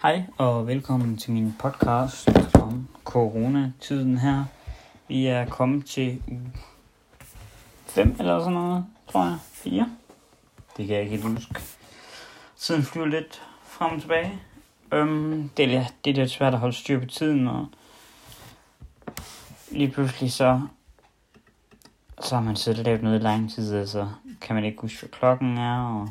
Hej og velkommen til min podcast om coronatiden her. Vi er kommet til uge 5 eller sådan noget, tror jeg. 4. Det kan jeg ikke helt huske. Tiden flyver lidt frem og tilbage. Det er lidt svært at holde styr på tiden, og lige pludselig så har man siddet og lavet noget i lang tid, og så kan man ikke huske, hvad klokken er, og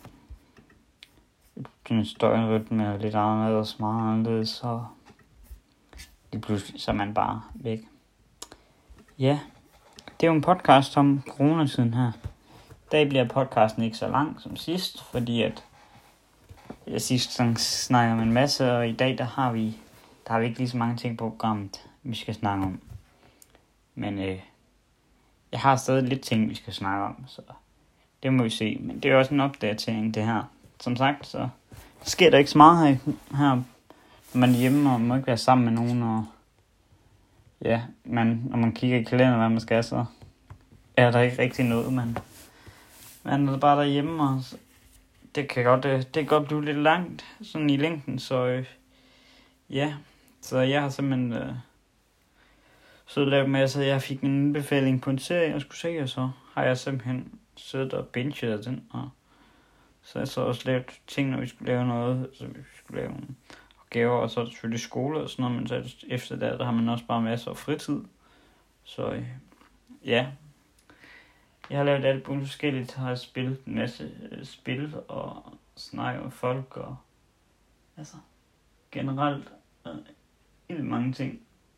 den støjrytme er lidt anderledes, meget anderledes, og lige pludselig så er man bare væk. Ja, det er jo en podcast om coronatiden her. I dag bliver podcasten ikke så lang som sidst, fordi at sidst snakker man en masse, og i dag der har vi ikke lige så mange ting på programmet, vi skal snakke om. Men jeg har stadig lidt ting, vi skal snakke om, så det må vi se. Men det er også en opdatering, det her. Som sagt, så sker der ikke så meget her, når man er hjemme og må ikke være sammen med nogen. Og ja, når man kigger i kalenderen, hvad man skal, så er der ikke rigtig noget. Man er bare derhjemme, og det kan godt blive lidt langt sådan i længden. Så ja, så jeg har simpelthen siddet og lavet med, så jeg fik en anbefaling på en serie, jeg skulle se, og så har jeg simpelthen siddet og binget den, og så jeg så også lavet ting, når vi skulle lave noget, så vi skulle lave nogle opgaver, og så er der selvfølgelig skole og sådan noget, men så efter det, der har man også bare masser af fritid. Så ja, jeg har lavet alt muligt forskelligt, har spillet en masse spil og snakket med folk, og altså generelt helt mange ting.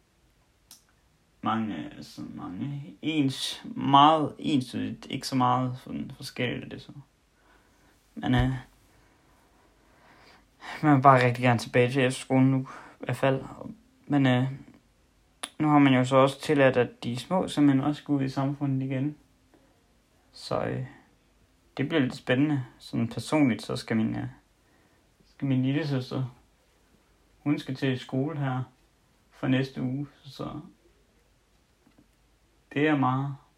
Mange meget ensidigt, ikke så meget forskelligt det så. Men man vil bare rigtig gerne tilbage til efterskolen nu, i hvert fald. Men nu har man jo så også tilladt, at de små simpelthen også går ud i samfundet igen. Så det bliver lidt spændende. Sådan personligt, så skal min lille søster, hun skal til skole her for næste uge. Så det er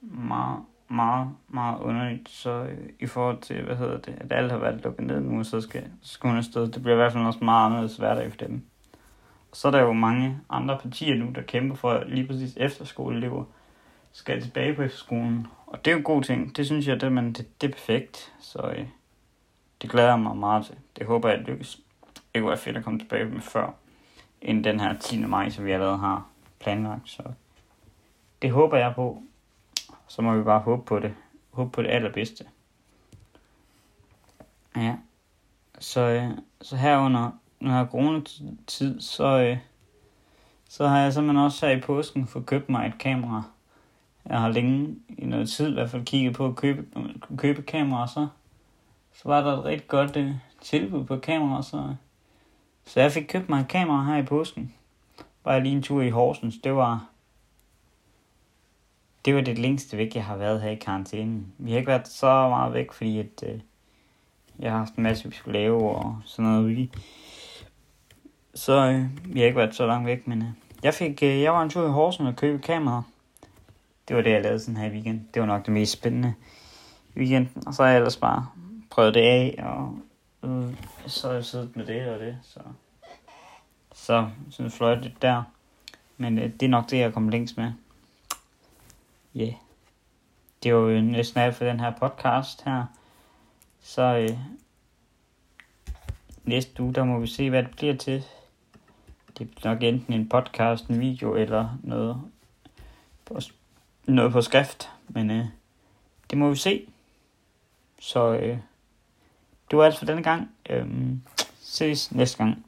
meget underligt, så i forhold til, at alt har været lukket ned nu, så skal hun afsted. Det bliver i hvert fald også meget anderledes hverdag for dem. Og så er der jo mange andre partier nu, der kæmper for lige præcis efterskoleelever skal tilbage på efterskolen. Og det er jo en god ting. Det synes jeg, det er perfekt. Så det glæder jeg mig meget til. Det håber jeg lykkes. Det kunne være fedt at komme tilbage med før, end den her 10. maj, som vi allerede har planlagt. Så det håber jeg på. Så må vi bare håbe på det. Håbe på det allerbedste. Ja. Så herunder den her coronatid, så har jeg simpelthen også her i påsken fået købt mig et kamera. Jeg har længe i noget tid i hvert fald kigget på at købe kamera, så var der et rigtig godt tilbud på kamera, så jeg fik købt mig et kamera her i påsken. Bare lige en tur i Horsens. Det var det længste væk, jeg har været her i karantænen. Vi har ikke været så meget væk, fordi at jeg har haft en masse, vi skulle lave og sådan noget. Så vi har ikke været så langt væk, men jeg var en tur i Horsens og købte kamera. Det var det, jeg lavede sådan her i weekend. Det var nok det mest spændende weekenden. Og så har jeg ellers bare prøvet det af, og så har jeg siddet med det og det. Så sådan fløjt lidt der. Men det er nok det, jeg kommer længst med. Ja, yeah. Det var jo næsten alt for den her podcast her. Så næste uge, der må vi se, hvad det bliver til. Det bliver nok enten en podcast, en video eller noget på skrift. Men det må vi se. Så det var alt for denne gang. Ses næste gang.